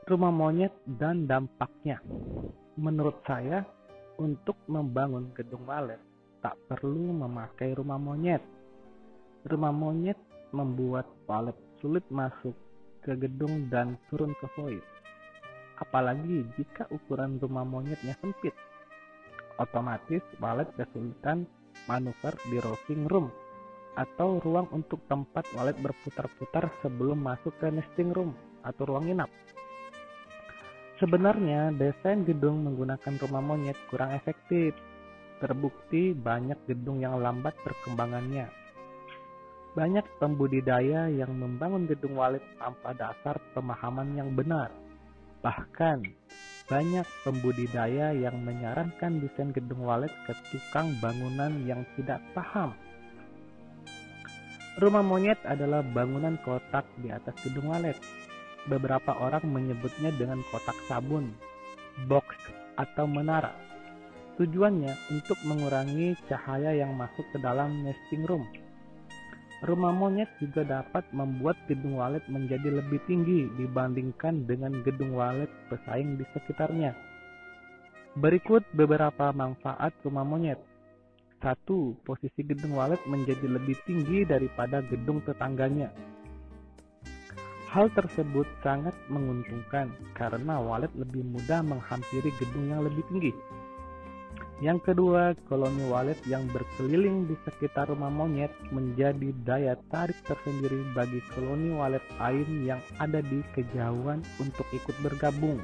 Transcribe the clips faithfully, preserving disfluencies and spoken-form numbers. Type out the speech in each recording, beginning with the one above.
Rumah monyet dan dampaknya. Menurut saya, untuk membangun gedung walet tak perlu memakai rumah monyet. Rumah monyet membuat walet sulit masuk ke gedung dan turun ke void. Apalagi jika ukuran rumah monyetnya sempit. Otomatis walet kesulitan manuver di roving room atau ruang untuk tempat walet berputar-putar sebelum masuk ke nesting room atau ruang inap. Sebenarnya desain gedung menggunakan rumah monyet kurang efektif. Terbukti banyak gedung yang lambat perkembangannya. Banyak pembudidaya yang membangun gedung walet tanpa dasar pemahaman yang benar. Bahkan banyak pembudidaya yang menyarankan desain gedung walet ke tukang bangunan yang tidak paham. Rumah monyet adalah bangunan kotak di atas gedung walet. Beberapa orang menyebutnya dengan kotak sabun, box, atau menara. Tujuannya untuk mengurangi cahaya yang masuk ke dalam nesting room. Rumah monyet juga dapat membuat gedung walet menjadi lebih tinggi dibandingkan dengan gedung walet pesaing di sekitarnya. Berikut beberapa manfaat rumah monyet. Satu. Posisi gedung walet menjadi lebih tinggi daripada gedung tetangganya. Hal tersebut sangat menguntungkan karena walet lebih mudah menghampiri gedung yang lebih tinggi. Yang kedua, koloni walet yang berkeliling di sekitar rumah monyet menjadi daya tarik tersendiri bagi koloni walet lain yang ada di kejauhan untuk ikut bergabung.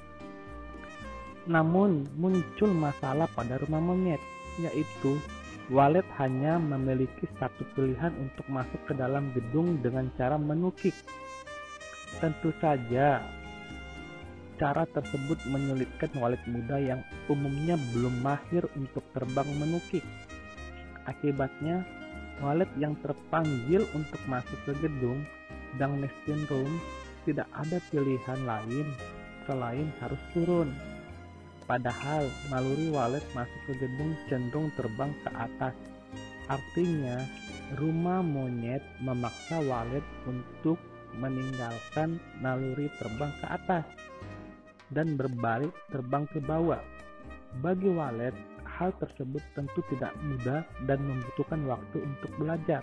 Namun, muncul masalah pada rumah monyet, yaitu walet hanya memiliki satu pilihan untuk masuk ke dalam gedung dengan cara menukik. Tentu saja, cara tersebut menyulitkan walet muda yang umumnya belum mahir untuk terbang menukik. Akibatnya, walet yang terpanggil untuk masuk ke gedung dan nesting room tidak ada pilihan lain selain harus turun. Padahal, naluri walet masuk ke gedung cenderung terbang ke atas. Artinya, rumah monyet memaksa walet untuk meninggalkan naluri terbang ke atas dan berbalik terbang ke bawah. Bagi walet, hal tersebut tentu tidak mudah dan membutuhkan waktu untuk belajar.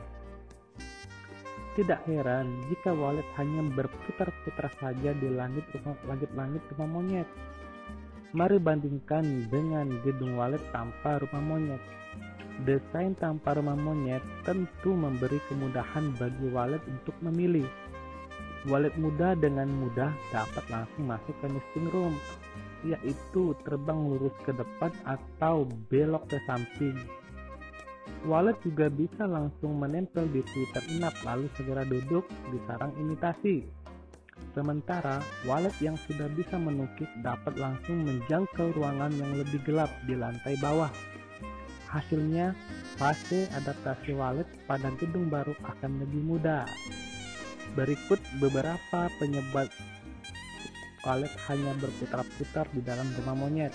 Tidak heran jika walet hanya berputar-putar saja di langit-langit rumah monyet. Mari bandingkan dengan gedung walet tanpa rumah monyet. Desain tanpa rumah monyet tentu memberi kemudahan bagi walet untuk memilih. Walet muda dengan mudah dapat langsung masuk ke nesting room, yaitu terbang lurus ke depan atau belok ke samping. Walet juga bisa langsung menempel di Twitter inap lalu segera duduk di sarang imitasi. Sementara walet yang sudah bisa menukik dapat langsung menjangkau ruangan yang lebih gelap di lantai bawah. Hasilnya, fase adaptasi walet pada gedung baru akan lebih mudah. Berikut beberapa penyebab walet hanya berputar-putar di dalam rumah monyet.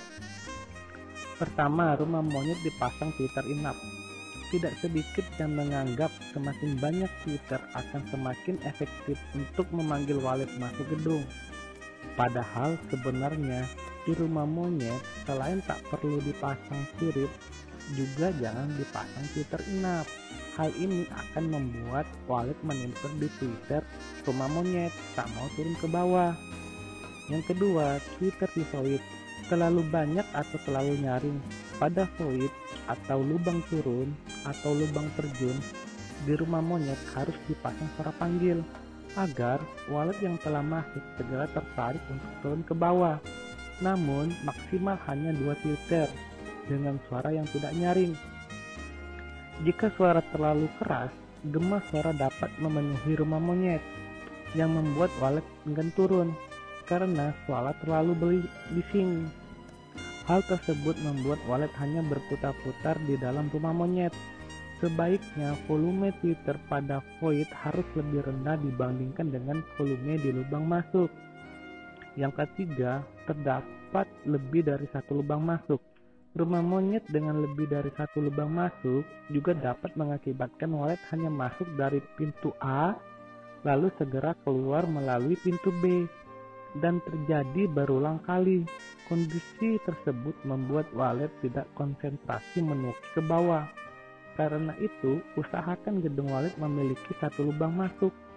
Pertama, rumah monyet dipasang Twitter inap. Tidak sedikit yang menganggap semakin banyak Twitter akan semakin efektif untuk memanggil walet masuk gedung. Padahal sebenarnya di rumah monyet selain tak perlu dipasang sirip, juga jangan dipasang Twitter inap. Hal ini akan membuat walet menempel di Twitter rumah monyet, tak mau turun ke bawah. Yang kedua, Twitter di void. Terlalu banyak atau terlalu nyaring pada void atau lubang turun atau lubang terjun di rumah monyet harus dipasang suara panggil agar walet yang telah masuk segera tertarik untuk turun ke bawah. Namun, maksimal hanya dua Twitter dengan suara yang tidak nyaring. Jika suara terlalu keras, gema suara dapat memenuhi rumah monyet yang membuat walet enggan turun karena suara terlalu bising. Hal tersebut membuat walet hanya berputar-putar di dalam rumah monyet. Sebaiknya volume Twitter pada void harus lebih rendah dibandingkan dengan volume di lubang masuk. Yang ketiga, terdapat lebih dari satu lubang masuk. Rumah monyet dengan lebih dari satu lubang masuk juga dapat mengakibatkan walet hanya masuk dari pintu A, lalu segera keluar melalui pintu B. dan terjadi berulang kali. Kondisi tersebut membuat walet tidak konsentrasi menuki ke bawah. Karena itu, usahakan gedung walet memiliki satu lubang masuk